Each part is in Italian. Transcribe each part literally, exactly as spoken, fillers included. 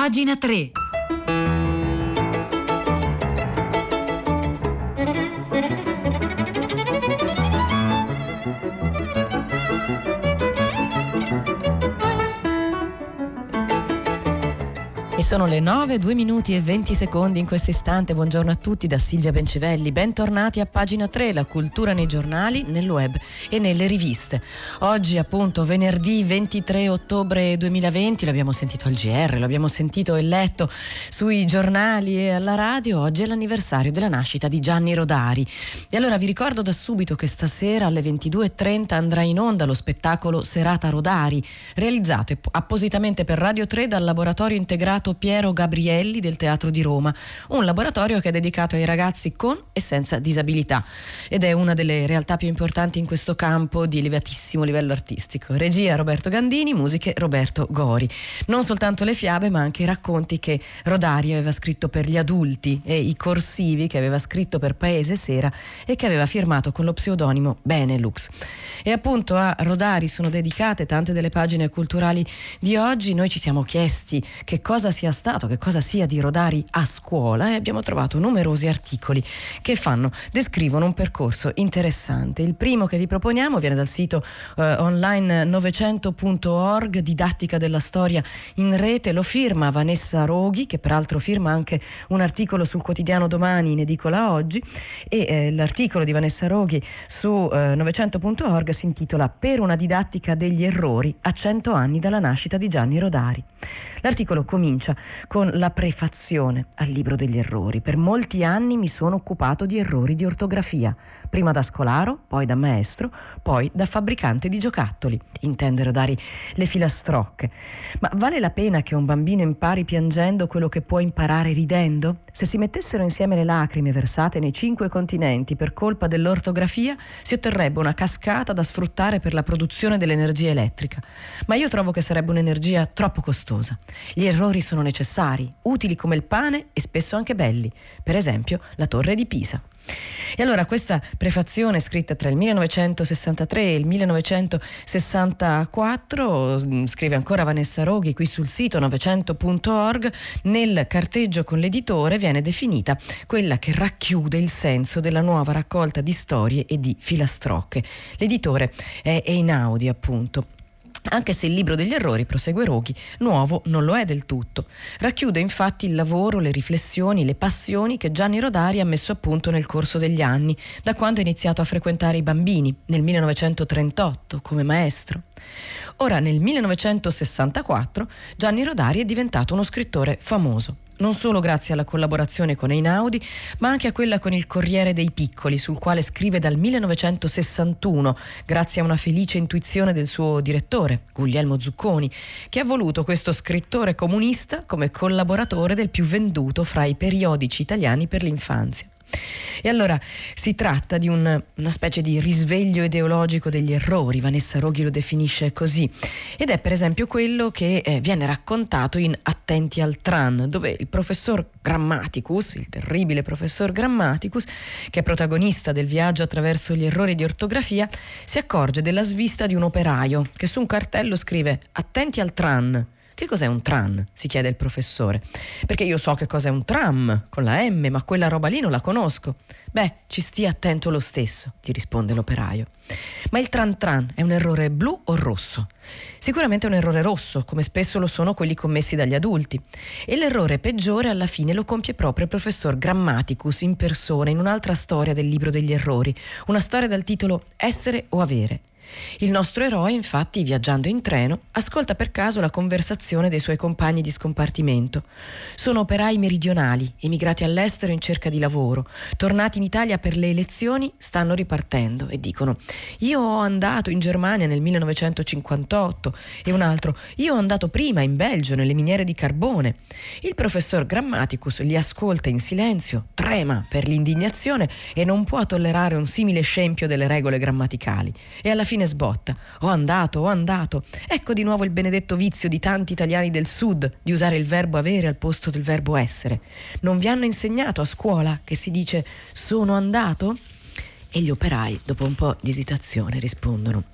Pagina tre. E sono le nove, due minuti e venti secondi in questo istante. Buongiorno a tutti da Silvia Bencivelli. Bentornati a Pagina tre, la cultura nei giornali, nel web e nelle riviste. Oggi appunto venerdì ventitré ottobre duemilaventi, l'abbiamo sentito al G R, l'abbiamo sentito e letto sui giornali e alla radio. Oggi è l'anniversario della nascita di Gianni Rodari. E allora vi ricordo da subito che stasera alle ventidue e trenta andrà in onda lo spettacolo Serata Rodari, realizzato appositamente per Radio tre dal laboratorio integrato Piero Gabrielli del Teatro di Roma, un laboratorio che è dedicato ai ragazzi con e senza disabilità ed è una delle realtà più importanti in questo campo di elevatissimo livello artistico. Regia Roberto Gandini, musiche Roberto Gori. Non soltanto le fiabe ma anche i racconti che Rodari aveva scritto per gli adulti e i corsivi che aveva scritto per Paese Sera e che aveva firmato con lo pseudonimo Benelux. E appunto a Rodari sono dedicate tante delle pagine culturali di oggi. Noi ci siamo chiesti che cosa sia stato, che cosa sia di Rodari a scuola e abbiamo trovato numerosi articoli che fanno, descrivono un percorso interessante. Il primo che vi proponiamo viene dal sito eh, online novecento punto org, didattica della storia in rete, lo firma Vanessa Roghi, che peraltro firma anche un articolo sul quotidiano Domani in edicola oggi, e eh, l'articolo di Vanessa Roghi su eh, novecento punto org si intitola Per una didattica degli errori a cento anni dalla nascita di Gianni Rodari. L'articolo comincia con la prefazione al libro degli errori. Per molti anni mi sono occupato di errori di ortografia, prima da scolaro, poi da maestro, poi da fabbricante di giocattoli. Intende Rodari le filastrocche. Ma vale la pena che un bambino impari piangendo quello che può imparare ridendo? Se si mettessero insieme le lacrime versate nei cinque continenti per colpa dell'ortografia, si otterrebbe una cascata da sfruttare per la produzione dell'energia elettrica. Ma io trovo che sarebbe un'energia troppo costosa. Gli errori sono necessari, utili come il pane e spesso anche belli. Per esempio, la Torre di Pisa. E allora questa prefazione scritta tra il millenovecentosessantatré e il millenovecentosessantaquattro, scrive ancora Vanessa Roghi qui sul sito novecento punto org, nel carteggio con l'editore viene definita quella che racchiude il senso della nuova raccolta di storie e di filastrocche. L'editore è Einaudi, appunto. Anche se il libro degli errori, prosegue Roghi, nuovo non lo è del tutto. Racchiude infatti il lavoro, le riflessioni, le passioni che Gianni Rodari ha messo a punto nel corso degli anni, da quando ha iniziato a frequentare i bambini, nel millenovecentotrentotto, come maestro. Ora, nel millenovecentosessantaquattro, Gianni Rodari è diventato uno scrittore famoso. Non solo grazie alla collaborazione con Einaudi, ma anche a quella con il Corriere dei Piccoli, sul quale scrive dal millenovecentosessantuno, grazie a una felice intuizione del suo direttore, Guglielmo Zucconi, che ha voluto questo scrittore comunista come collaboratore del più venduto fra i periodici italiani per l'infanzia. E allora si tratta di un, una specie di risveglio ideologico degli errori, Vanessa Roghi lo definisce così, ed è per esempio quello che eh, viene raccontato in Attenti al Tran, dove il professor Grammaticus, il terribile professor Grammaticus, che è protagonista del viaggio attraverso gli errori di ortografia, si accorge della svista di un operaio che su un cartello scrive Attenti al Tran. Che cos'è un tran? Si chiede il professore. Perché io so che cos'è un tram con la M, ma quella roba lì non la conosco. Beh, ci stia attento lo stesso, gli risponde l'operaio. Ma il tran tran è un errore blu o rosso? Sicuramente è un errore rosso, come spesso lo sono quelli commessi dagli adulti. E l'errore peggiore alla fine lo compie proprio il professor Grammaticus in persona in un'altra storia del libro degli errori, una storia dal titolo Essere o avere. Il nostro eroe, infatti, viaggiando in treno, ascolta per caso la conversazione dei suoi compagni di scompartimento. Sono operai meridionali, emigrati all'estero in cerca di lavoro, tornati in Italia per le elezioni, stanno ripartendo e dicono: io ho andato in Germania nel millenovecentocinquantotto, e un altro: io ho andato prima in Belgio nelle miniere di carbone. Il professor Grammaticus li ascolta in silenzio, trema per l'indignazione e non può tollerare un simile scempio delle regole grammaticali, e alla fine sbotta: ho andato, ho andato. Ecco di nuovo il benedetto vizio di tanti italiani del sud di usare il verbo avere al posto del verbo essere. Non vi hanno insegnato a scuola che si dice sono andato? E gli operai, dopo un po' di esitazione, rispondono: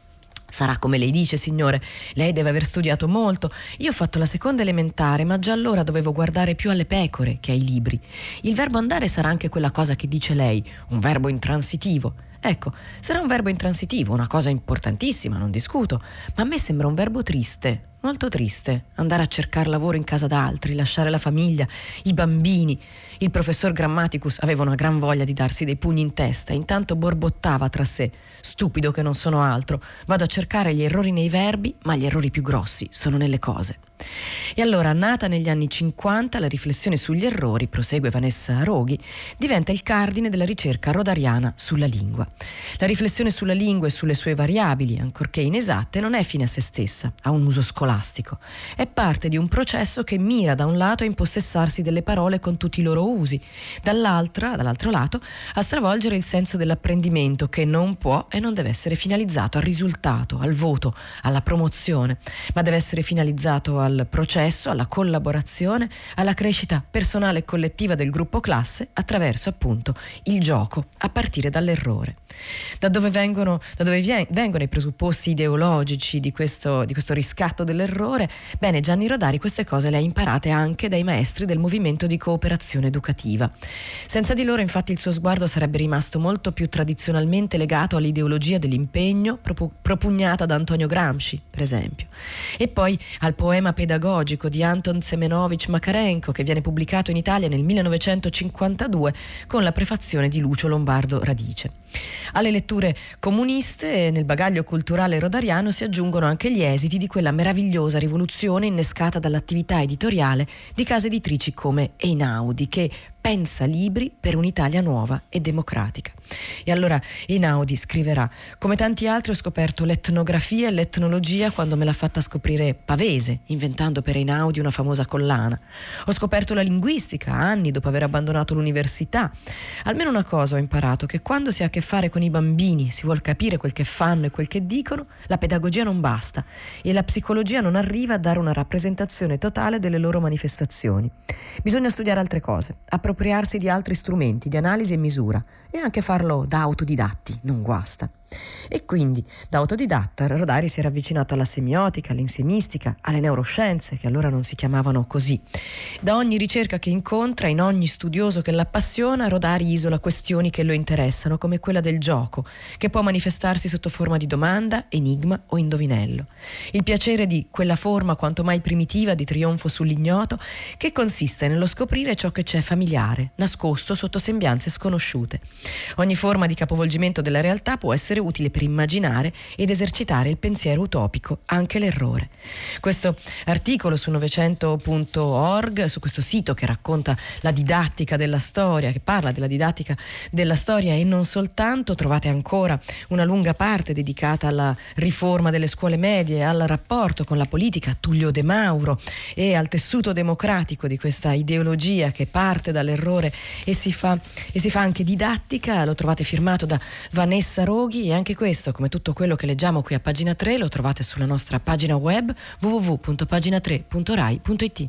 Sarà come lei dice, signore, lei deve aver studiato molto. Io ho fatto la seconda elementare, ma già allora dovevo guardare più alle pecore che ai libri. Il verbo andare sarà anche quella cosa che dice lei, un verbo intransitivo. Ecco, sarà un verbo intransitivo, una cosa importantissima, non discuto, ma a me sembra un verbo triste, molto triste, andare a cercare lavoro in casa d'altri, lasciare la famiglia, i bambini. Il professor Grammaticus aveva una gran voglia di darsi dei pugni in testa, intanto borbottava tra sé, stupido che non sono altro, vado a cercare gli errori nei verbi, ma gli errori più grossi sono nelle cose. E allora, nata negli anni cinquanta, la riflessione sugli errori, prosegue Vanessa Roghi, diventa il cardine della ricerca rodariana sulla lingua. La riflessione sulla lingua e sulle sue variabili, ancorché inesatte, non è fine a se stessa, ha un uso scolastico. È parte di un processo che mira da un lato a impossessarsi delle parole con tutti i loro usi, dall'altra, dall'altro lato, a stravolgere il senso dell'apprendimento che non può e non deve essere finalizzato al risultato, al voto, alla promozione, ma deve essere finalizzato al al processo, alla collaborazione, alla crescita personale e collettiva del gruppo classe attraverso appunto il gioco, a partire dall'errore. Da dove vengono, da dove vien, vengono i presupposti ideologici di questo, di questo riscatto dell'errore? Bene, Gianni Rodari queste cose le ha imparate anche dai maestri del movimento di cooperazione educativa. Senza di loro infatti il suo sguardo sarebbe rimasto molto più tradizionalmente legato all'ideologia dell'impegno propu- propugnata da Antonio Gramsci, per esempio, e poi al poema pedagogico di Anton Semenovich Makarenko, che viene pubblicato in Italia nel millenovecentocinquantadue con la prefazione di Lucio Lombardo Radice. Alle letture comuniste nel bagaglio culturale rodariano si aggiungono anche gli esiti di quella meravigliosa rivoluzione innescata dall'attività editoriale di case editrici come Einaudi, che pensa libri per un'Italia nuova e democratica. E allora Einaudi scriverà: come tanti altri ho scoperto l'etnografia e l'etnologia quando me l'ha fatta scoprire Pavese, inventando per Einaudi una famosa collana. Ho scoperto la linguistica anni dopo aver abbandonato l'università. Almeno una cosa ho imparato, che quando si ha a che fare con i bambini, si vuol capire quel che fanno e quel che dicono, la pedagogia non basta e la psicologia non arriva a dare una rappresentazione totale delle loro manifestazioni. Bisogna studiare altre cose, appropriarsi di altri strumenti di analisi e misura, e anche farlo da autodidatti, non guasta. E quindi, da autodidatta, Rodari si era avvicinato alla semiotica, all'insiemistica, alle neuroscienze, che allora non si chiamavano così. Da ogni ricerca che incontra, in ogni studioso che l'appassiona, Rodari isola questioni che lo interessano, come quella del gioco, che può manifestarsi sotto forma di domanda, enigma o indovinello. Il piacere di quella forma quanto mai primitiva di trionfo sull'ignoto, che consiste nello scoprire ciò che c'è familiare, nascosto sotto sembianze sconosciute. Ogni forma di capovolgimento della realtà può essere utile per immaginare ed esercitare il pensiero utopico, anche l'errore. Questo articolo su novecento punto org, su questo sito che racconta la didattica della storia, che parla della didattica della storia e non soltanto, trovate ancora una lunga parte dedicata alla riforma delle scuole medie, al rapporto con la politica, Tullio De Mauro, e al tessuto democratico di questa ideologia che parte dall'errore e si fa, e si fa anche didattica. Lo trovate firmato da Vanessa Roghi, e anche questo, come tutto quello che leggiamo qui a Pagina tre, lo trovate sulla nostra pagina web w w w punto pagina tre punto rai punto it.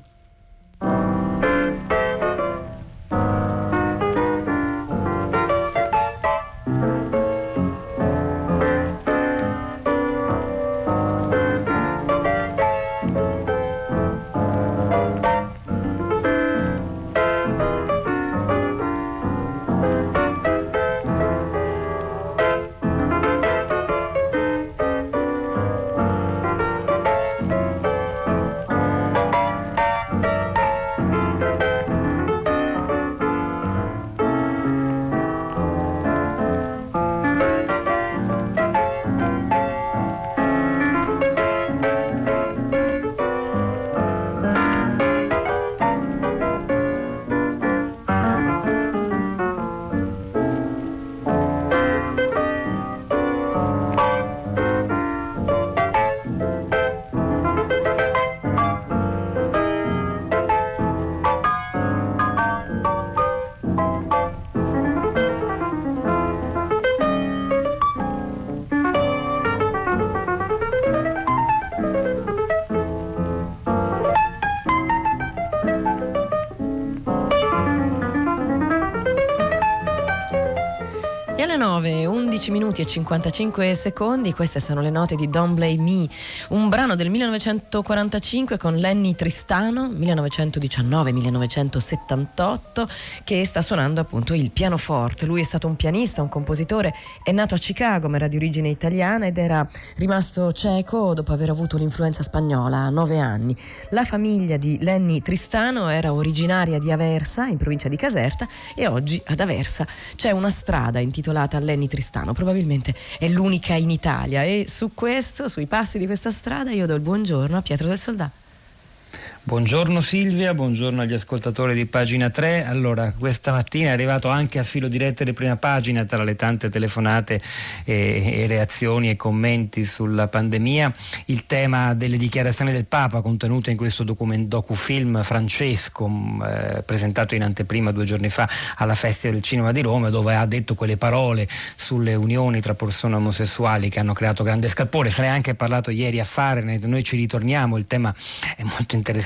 E alle nove, undici minuti e cinquantacinque secondi, queste sono le note di Don't Blame Me, un brano del millenovecentoquarantacinque con Lenny Tristano, millenovecentodiciannove millenovecentosettantotto, che sta suonando appunto il pianoforte. Lui è stato un pianista, un compositore, è nato a Chicago ma era di origine italiana ed era rimasto cieco dopo aver avuto l'influenza spagnola a nove anni. La famiglia di Lenny Tristano era originaria di Aversa, in provincia di Caserta, e oggi ad Aversa c'è una strada intitolata a Lenny Tristano, probabilmente è l'unica in Italia, e su questo, sui passi di questa strada, io do il buongiorno a Pietro del Soldà. Buongiorno Silvia, buongiorno agli ascoltatori di Pagina tre. Allora, questa mattina è arrivato anche a filo diretto di Prima Pagina, tra le tante telefonate e, e reazioni e commenti sulla pandemia, il tema delle dichiarazioni del Papa contenute in questo document, docufilm Francesco, eh, presentato in anteprima due giorni fa alla Festival del Cinema di Roma, dove ha detto quelle parole sulle unioni tra persone omosessuali che hanno creato grande scalpore. Se ne è anche parlato ieri a Fahrenheit, noi ci ritorniamo, il tema è molto interessante.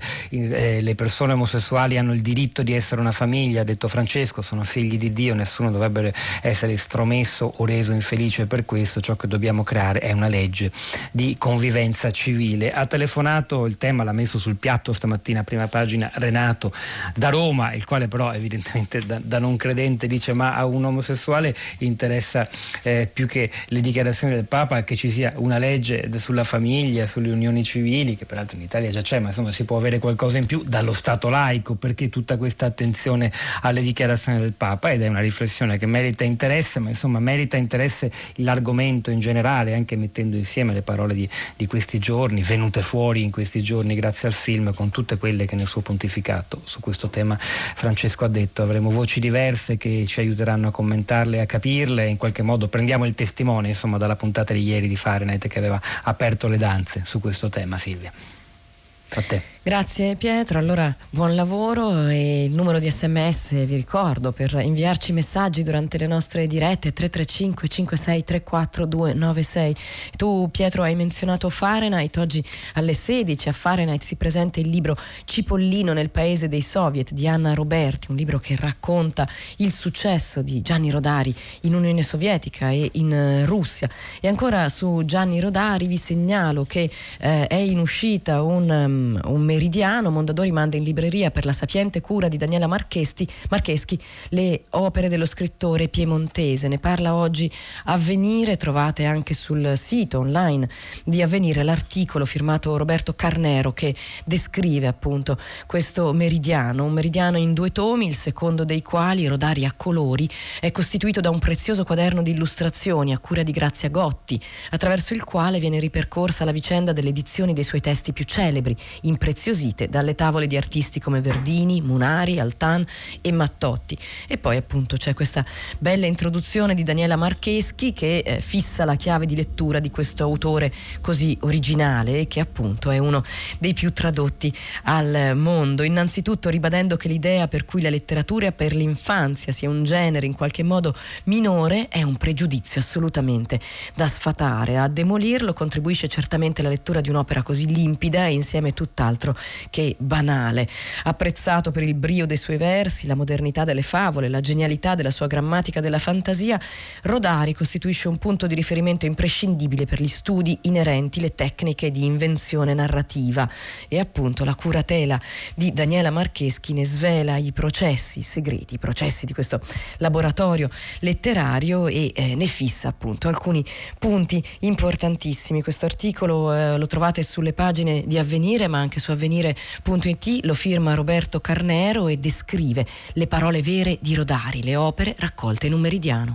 Le persone omosessuali hanno il diritto di essere una famiglia, ha detto Francesco, sono figli di Dio, nessuno dovrebbe essere estromesso o reso infelice per questo. Ciò che dobbiamo creare è una legge di convivenza civile. Ha telefonato, il tema l'ha messo sul piatto stamattina a Prima Pagina, Renato da Roma, il quale però evidentemente da, da non credente dice: ma a un omosessuale interessa eh, più che le dichiarazioni del Papa che ci sia una legge sulla famiglia, sulle unioni civili, che peraltro in Italia già c'è, ma insomma si può avere qualcosa in più dallo Stato laico. Perché tutta questa attenzione alle dichiarazioni del Papa? Ed è una riflessione che merita interesse, ma insomma merita interesse l'argomento in generale, anche mettendo insieme le parole di, di questi giorni, venute fuori in questi giorni grazie al film, con tutte quelle che nel suo pontificato su questo tema Francesco ha detto. Avremo voci diverse che ci aiuteranno a commentarle e a capirle, in qualche modo prendiamo il testimone insomma dalla puntata di ieri di Fahrenheit che aveva aperto le danze su questo tema. Silvia, a te. Grazie Pietro, allora buon lavoro, e il numero di sms vi ricordo per inviarci messaggi durante le nostre dirette: tre tre cinque cinque sei tre quattro due nove sei. Tu Pietro hai menzionato Fahrenheit, oggi alle sedici a Fahrenheit si presenta il libro Cipollino nel paese dei soviet di Anna Roberti, un libro che racconta il successo di Gianni Rodari in Unione Sovietica e in Russia. E ancora su Gianni Rodari vi segnalo che eh, è in uscita un, um, un Meridiano. Mondadori manda in libreria per la sapiente cura di Daniela Marcheschi, Marcheschi le opere dello scrittore piemontese. Ne parla oggi Avvenire, trovate anche sul sito online di Avvenire l'articolo firmato Roberto Carnero che descrive appunto questo meridiano, un meridiano in due tomi, il secondo dei quali, Rodari a colori, è costituito da un prezioso quaderno di illustrazioni a cura di Grazia Gotti, attraverso il quale viene ripercorsa la vicenda delle edizioni dei suoi testi più celebri, impreziosite dalle tavole di artisti come Verdini, Munari, Altan e Mattotti. E poi appunto c'è questa bella introduzione di Daniela Marcheschi che eh, fissa la chiave di lettura di questo autore così originale e che appunto è uno dei più tradotti al mondo. Innanzitutto ribadendo che l'idea per cui la letteratura per l'infanzia sia un genere in qualche modo minore è un pregiudizio assolutamente da sfatare. A demolirlo contribuisce certamente la lettura di un'opera così limpida e insieme tutt'altro che banale. Apprezzato per il brio dei suoi versi, la modernità delle favole, la genialità della sua grammatica della fantasia, Rodari costituisce un punto di riferimento imprescindibile per gli studi inerenti alle tecniche di invenzione narrativa, e appunto la curatela di Daniela Marcheschi ne svela i processi segreti, i processi di questo laboratorio letterario, e eh, ne fissa appunto alcuni punti importantissimi. Questo articolo eh, lo trovate sulle pagine di Avvenire, ma anche su avvenire punto it, lo firma Roberto Carnero e descrive le parole vere di Rodari, le opere raccolte in un meridiano.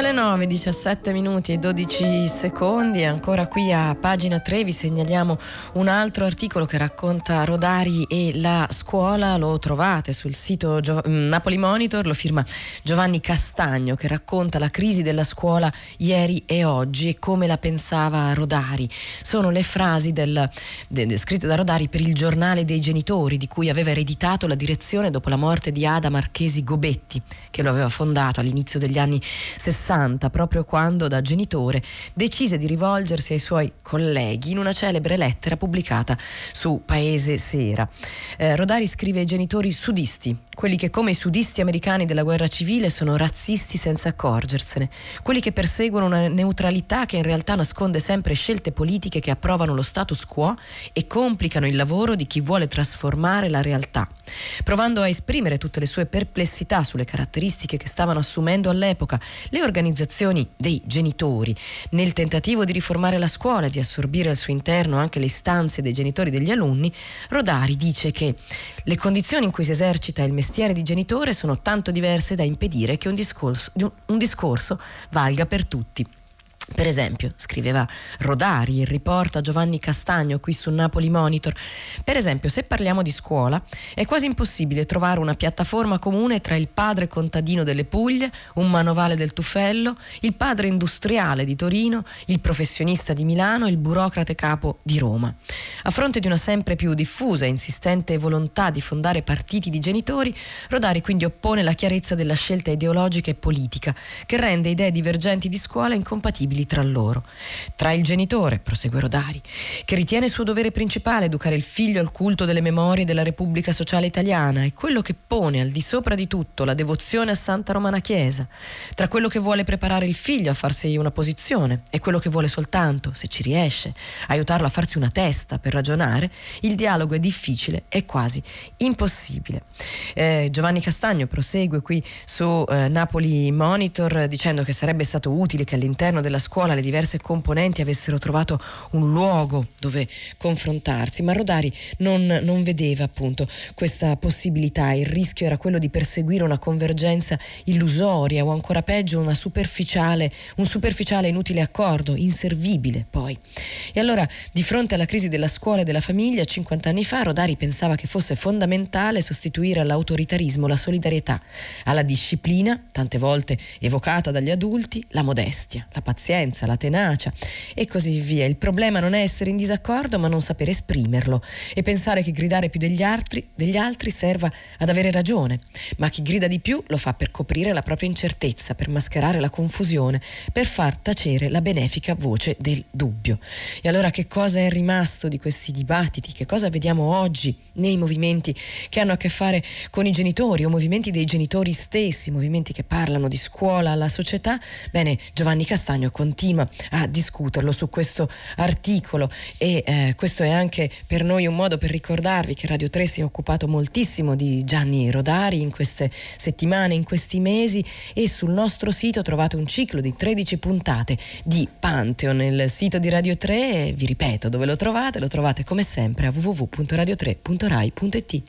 Alle nove, diciassette minuti e dodici secondi, ancora qui a pagina tre vi segnaliamo un altro articolo che racconta Rodari e la scuola. Lo trovate sul sito Gio- Napoli Monitor, lo firma Giovanni Castagno, che racconta la crisi della scuola ieri e oggi e come la pensava Rodari. Sono le frasi del, de, de, scritte da Rodari per il giornale dei genitori, di cui aveva ereditato la direzione dopo la morte di Ada Marchesi Gobetti, che lo aveva fondato all'inizio degli anni sessanta, proprio quando da genitore decise di rivolgersi ai suoi colleghi in una celebre lettera pubblicata su Paese Sera. Eh, Rodari scrive ai genitori sudisti, quelli che come i sudisti americani della guerra civile sono razzisti senza accorgersene, quelli che perseguono una neutralità che in realtà nasconde sempre scelte politiche che approvano lo status quo e complicano il lavoro di chi vuole trasformare la realtà. Provando a esprimere tutte le sue perplessità sulle caratteristiche che stavano assumendo all'epoca le organizzazioni dei genitori, nel tentativo di riformare la scuola e di assorbire al suo interno anche le istanze dei genitori e degli alunni, Rodari dice che le condizioni in cui si esercita il mestiere di genitore sono tanto diverse da impedire che un discorso, un discorso valga per tutti. Per esempio, scriveva Rodari, il riporta Giovanni Castagno qui su Napoli Monitor, per esempio, se parliamo di scuola è quasi impossibile trovare una piattaforma comune tra il padre contadino delle Puglie, un manovale del Tufello, il padre industriale di Torino, il professionista di Milano e il burocrate capo di Roma. A fronte di una sempre più diffusa e insistente volontà di fondare partiti di genitori, Rodari quindi oppone la chiarezza della scelta ideologica e politica, che rende idee divergenti di scuola incompatibili tra loro. Tra il genitore, prosegue Rodari, che ritiene suo dovere principale educare il figlio al culto delle memorie della Repubblica Sociale Italiana, e quello che pone al di sopra di tutto la devozione a Santa Romana Chiesa, tra quello che vuole preparare il figlio a farsi una posizione e quello che vuole soltanto, se ci riesce, aiutarlo a farsi una testa per ragionare, il dialogo è difficile e quasi impossibile. Eh, Giovanni Castagno prosegue qui su eh, Napoli Monitor dicendo che sarebbe stato utile che all'interno della scuola le diverse componenti avessero trovato un luogo dove confrontarsi, ma Rodari non, non vedeva appunto questa possibilità. Il rischio era quello di perseguire una convergenza illusoria o ancora peggio una superficiale, un superficiale inutile accordo, inservibile poi. E allora, di fronte alla crisi della scuola e della famiglia, cinquanta anni fa, Rodari pensava che fosse fondamentale sostituire all'autoritarismo la solidarietà, alla disciplina, tante volte evocata dagli adulti, la modestia, la pazienza, la tenacia e così via. Il problema non è essere in disaccordo, ma non sapere esprimerlo e pensare che gridare più degli altri, degli altri serva ad avere ragione. Ma chi grida di più lo fa per coprire la propria incertezza, per mascherare la confusione, per far tacere la benefica voce del dubbio. E allora che cosa è rimasto di questi dibattiti? Che cosa vediamo oggi nei movimenti che hanno a che fare con i genitori o movimenti dei genitori stessi, movimenti che parlano di scuola alla società? Bene, Giovanni Castagno continua a discuterlo su questo articolo e eh, questo è anche per noi un modo per ricordarvi che Radio tre si è occupato moltissimo di Gianni Rodari in queste settimane, in questi mesi, e sul nostro sito trovate un ciclo di tredici puntate di Pantheon, il sito di Radio tre. Vi ripeto dove lo trovate, lo trovate come sempre a w w w punto radio tre punto rai punto it.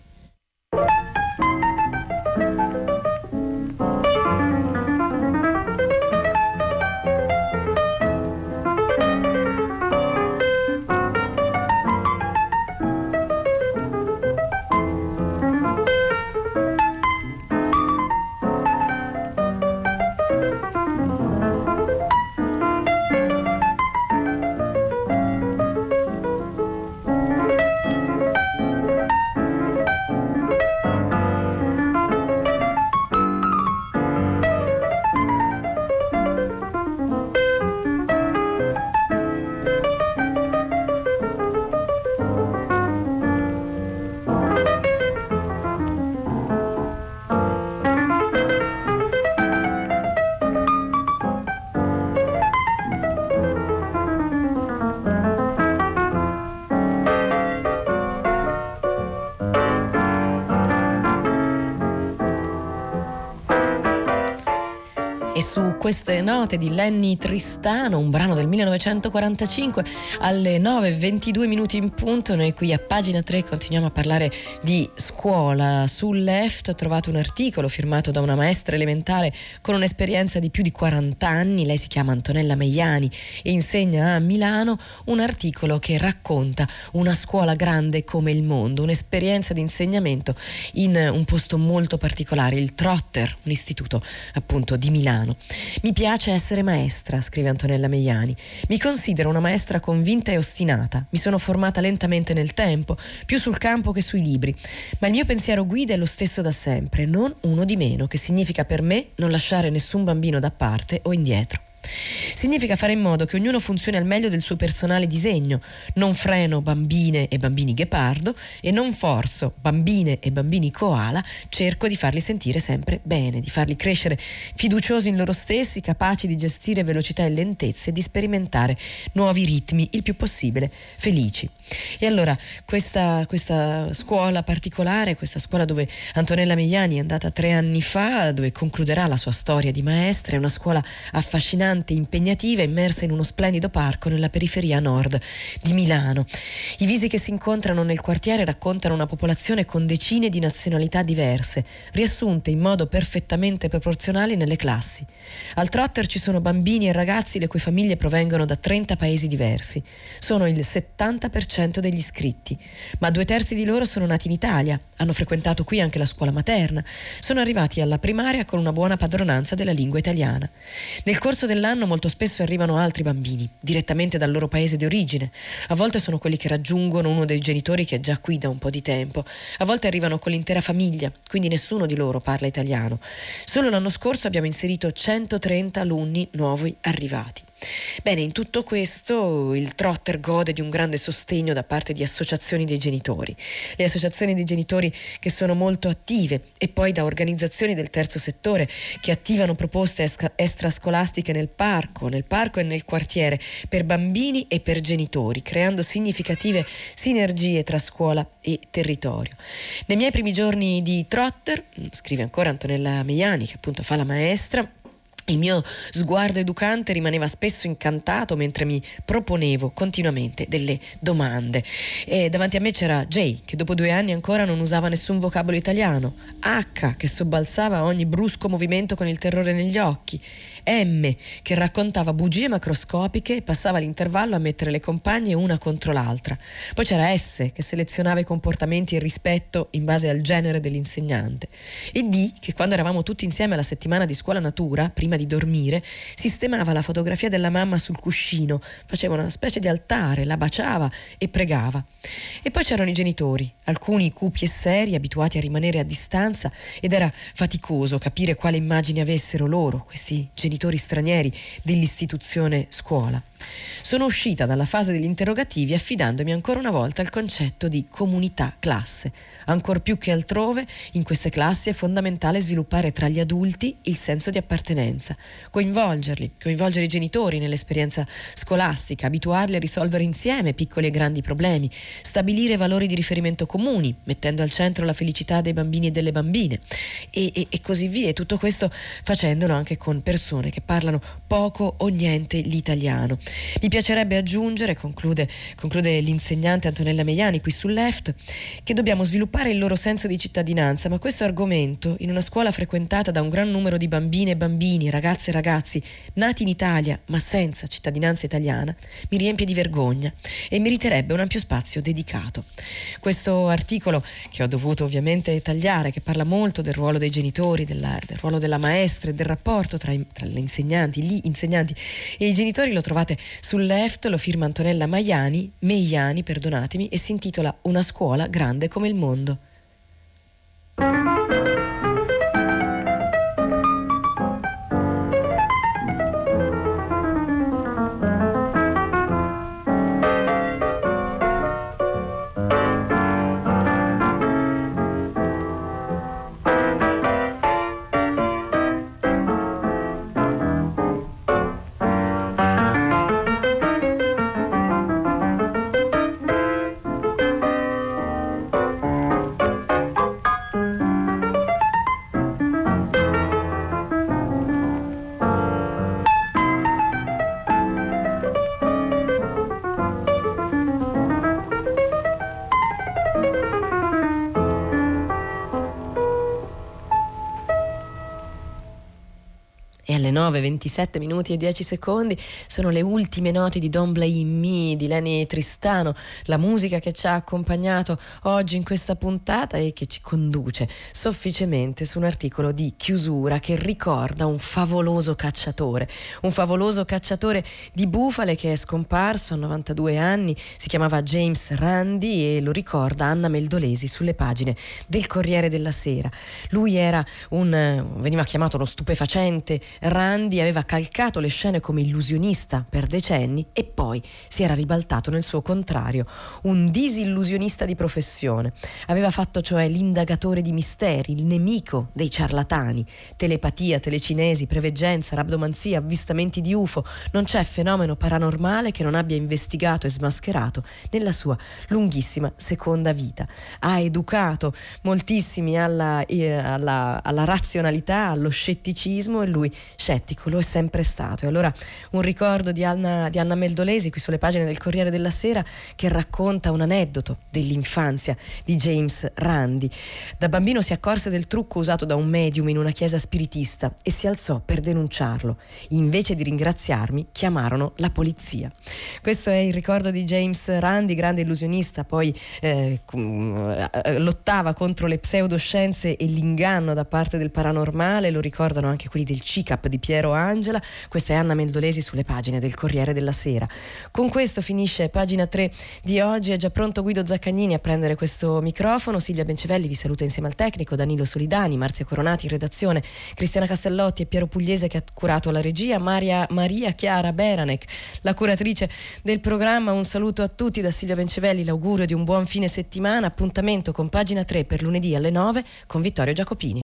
su queste note di Lenny Tristano, un brano del millenovecentoquarantacinque, alle nove e ventidue minuti in punto. Noi qui a Pagina tre continuiamo a parlare di scuola. Sul Left ho trovato un articolo firmato da una maestra elementare con un'esperienza di più di quaranta anni. Lei si chiama Antonella Meiani e insegna a Milano. Un articolo che racconta una scuola grande come il mondo, un'esperienza di insegnamento in un posto molto particolare, il Trotter, un istituto appunto di Milano. Mi piace essere maestra, scrive Antonella Meiani. Mi considero una maestra convinta e ostinata. Mi sono formata lentamente nel tempo, più sul campo che sui libri. Ma il mio pensiero guida è lo stesso da sempre, non uno di meno, che significa per me non lasciare nessun bambino da parte o indietro. Significa fare in modo che ognuno funzioni al meglio del suo personale disegno. Non freno bambine e bambini ghepardo e non forzo bambine e bambini koala. Cerco di farli sentire sempre bene, di farli crescere fiduciosi in loro stessi, capaci di gestire velocità e lentezze e di sperimentare nuovi ritmi, il più possibile felici. E allora questa, questa scuola particolare, questa scuola dove Antonella Meiani è andata tre anni fa, dove concluderà la sua storia di maestra, è una scuola affascinante, impegnativa, immersa in uno splendido parco nella periferia nord di Milano. I visi che si incontrano nel quartiere raccontano una popolazione con decine di nazionalità diverse, riassunte in modo perfettamente proporzionale nelle classi. Al Trotter ci sono bambini e ragazzi le cui famiglie provengono da trenta paesi diversi. Sono il settanta per cento degli iscritti, ma due terzi di loro sono nati in Italia, hanno frequentato qui anche la scuola materna, sono arrivati alla primaria con una buona padronanza della lingua italiana. Nel corso dell'anno molto spesso arrivano altri bambini, direttamente dal loro paese di origine. A volte sono quelli che raggiungono uno dei genitori che è già qui da un po' di tempo, a volte arrivano con l'intera famiglia, quindi nessuno di loro parla italiano. Solo l'anno scorso abbiamo inserito centotrenta alunni nuovi arrivati. Bene, in tutto questo il Trotter gode di un grande sostegno da parte di associazioni dei genitori, le associazioni dei genitori che sono molto attive, e poi da organizzazioni del terzo settore che attivano proposte esca- extrascolastiche nel parco, nel parco e nel quartiere per bambini e per genitori, creando significative sinergie tra scuola e territorio. Nei miei primi giorni di Trotter, scrive ancora Antonella Meiani, che appunto fa la maestra, il mio sguardo educante rimaneva spesso incantato mentre mi proponevo continuamente delle domande. E davanti a me c'era Jay, che dopo due anni ancora non usava nessun vocabolo italiano, H, che sobbalzava a ogni brusco movimento con il terrore negli occhi, M, che raccontava bugie macroscopiche e passava l'intervallo a mettere le compagne una contro l'altra. Poi c'era S, che selezionava i comportamenti e il rispetto in base al genere dell'insegnante. E D, che quando eravamo tutti insieme alla settimana di scuola natura, prima di dormire, sistemava la fotografia della mamma sul cuscino, faceva una specie di altare, la baciava e pregava. E poi c'erano i genitori, alcuni cupi e seri, abituati a rimanere a distanza, ed era faticoso capire quale immagini avessero loro, questi genitori stranieri dell'istituzione scuola. Sono uscita dalla fase degli interrogativi affidandomi ancora una volta al concetto di comunità classe. Ancor più che altrove, in queste classi è fondamentale sviluppare tra gli adulti il senso di appartenenza, coinvolgerli, coinvolgere i genitori nell'esperienza scolastica, abituarli a risolvere insieme piccoli e grandi problemi, stabilire valori di riferimento comuni, mettendo al centro la felicità dei bambini e delle bambine, e, e, e così via. E tutto questo facendolo anche con persone che parlano poco o niente l'italiano. Mi piacerebbe aggiungere, conclude, conclude l'insegnante Antonella Meiani qui sul Left, che dobbiamo sviluppare il loro senso di cittadinanza, ma questo argomento, in una scuola frequentata da un gran numero di bambine e bambini, ragazze e ragazzi nati in Italia ma senza cittadinanza italiana, mi riempie di vergogna e meriterebbe un ampio spazio dedicato. Questo articolo, che ho dovuto ovviamente tagliare, che parla molto del ruolo dei genitori, della, del ruolo della maestra e del rapporto tra, i, tra le insegnanti, gli insegnanti e i genitori, lo trovate sul Left, lo firma Antonella Meiani, Meiani, perdonatemi, e si intitola Una scuola grande come il mondo. nove, ventisette minuti e dieci secondi, sono le ultime note di Don't Blame Me di Lenny Tristano, la musica che ci ha accompagnato oggi in questa puntata e che ci conduce sofficemente su un articolo di chiusura che ricorda un favoloso cacciatore, un favoloso cacciatore di bufale che è scomparso a novantadue anni, si chiamava James Randi e lo ricorda Anna Meldolesi sulle pagine del Corriere della Sera. Lui era un, veniva chiamato lo stupefacente Randi, aveva calcato le scene come illusionista per decenni e poi si era ribaltato nel suo contrario, un disillusionista di professione. Aveva fatto cioè l'indagatore di misteri, il nemico dei ciarlatani, telepatia, telecinesi, preveggenza, rabdomanzia, avvistamenti di U F O. Non c'è fenomeno paranormale che non abbia investigato e smascherato nella sua lunghissima seconda vita. Ha educato moltissimi alla, eh, alla, alla razionalità, allo scetticismo, e lui scettico lo è sempre stato. E allora un ricordo di Anna, di Anna Meldolesi qui sulle pagine del Corriere della Sera, che racconta un aneddoto dell'infanzia di James Randi. Da bambino si accorse del trucco usato da un medium in una chiesa spiritista e si alzò per denunciarlo. Invece di ringraziarmi, chiamarono la polizia. Questo è il ricordo di James Randi, grande illusionista, poi eh, lottava contro le pseudoscienze e l'inganno da parte del paranormale, lo ricordano anche quelli del C I C A P di Piero Angela. Questa è Anna Meldolesi sulle pagine del Corriere della Sera. Con questo finisce pagina tre di oggi, è già pronto Guido Zaccagnini a prendere questo microfono. Silvia Bencevelli vi saluta insieme al tecnico, Danilo Solidani, Marzia Coronati in redazione, Cristiana Castellotti e Piero Pugliese che ha curato la regia, Maria, Maria Chiara Beranec, la curatrice del programma. Un saluto a tutti da Silvia Bencevelli, l'augurio di un buon fine settimana, appuntamento con pagina tre per lunedì alle nove con Vittorio Giacopini.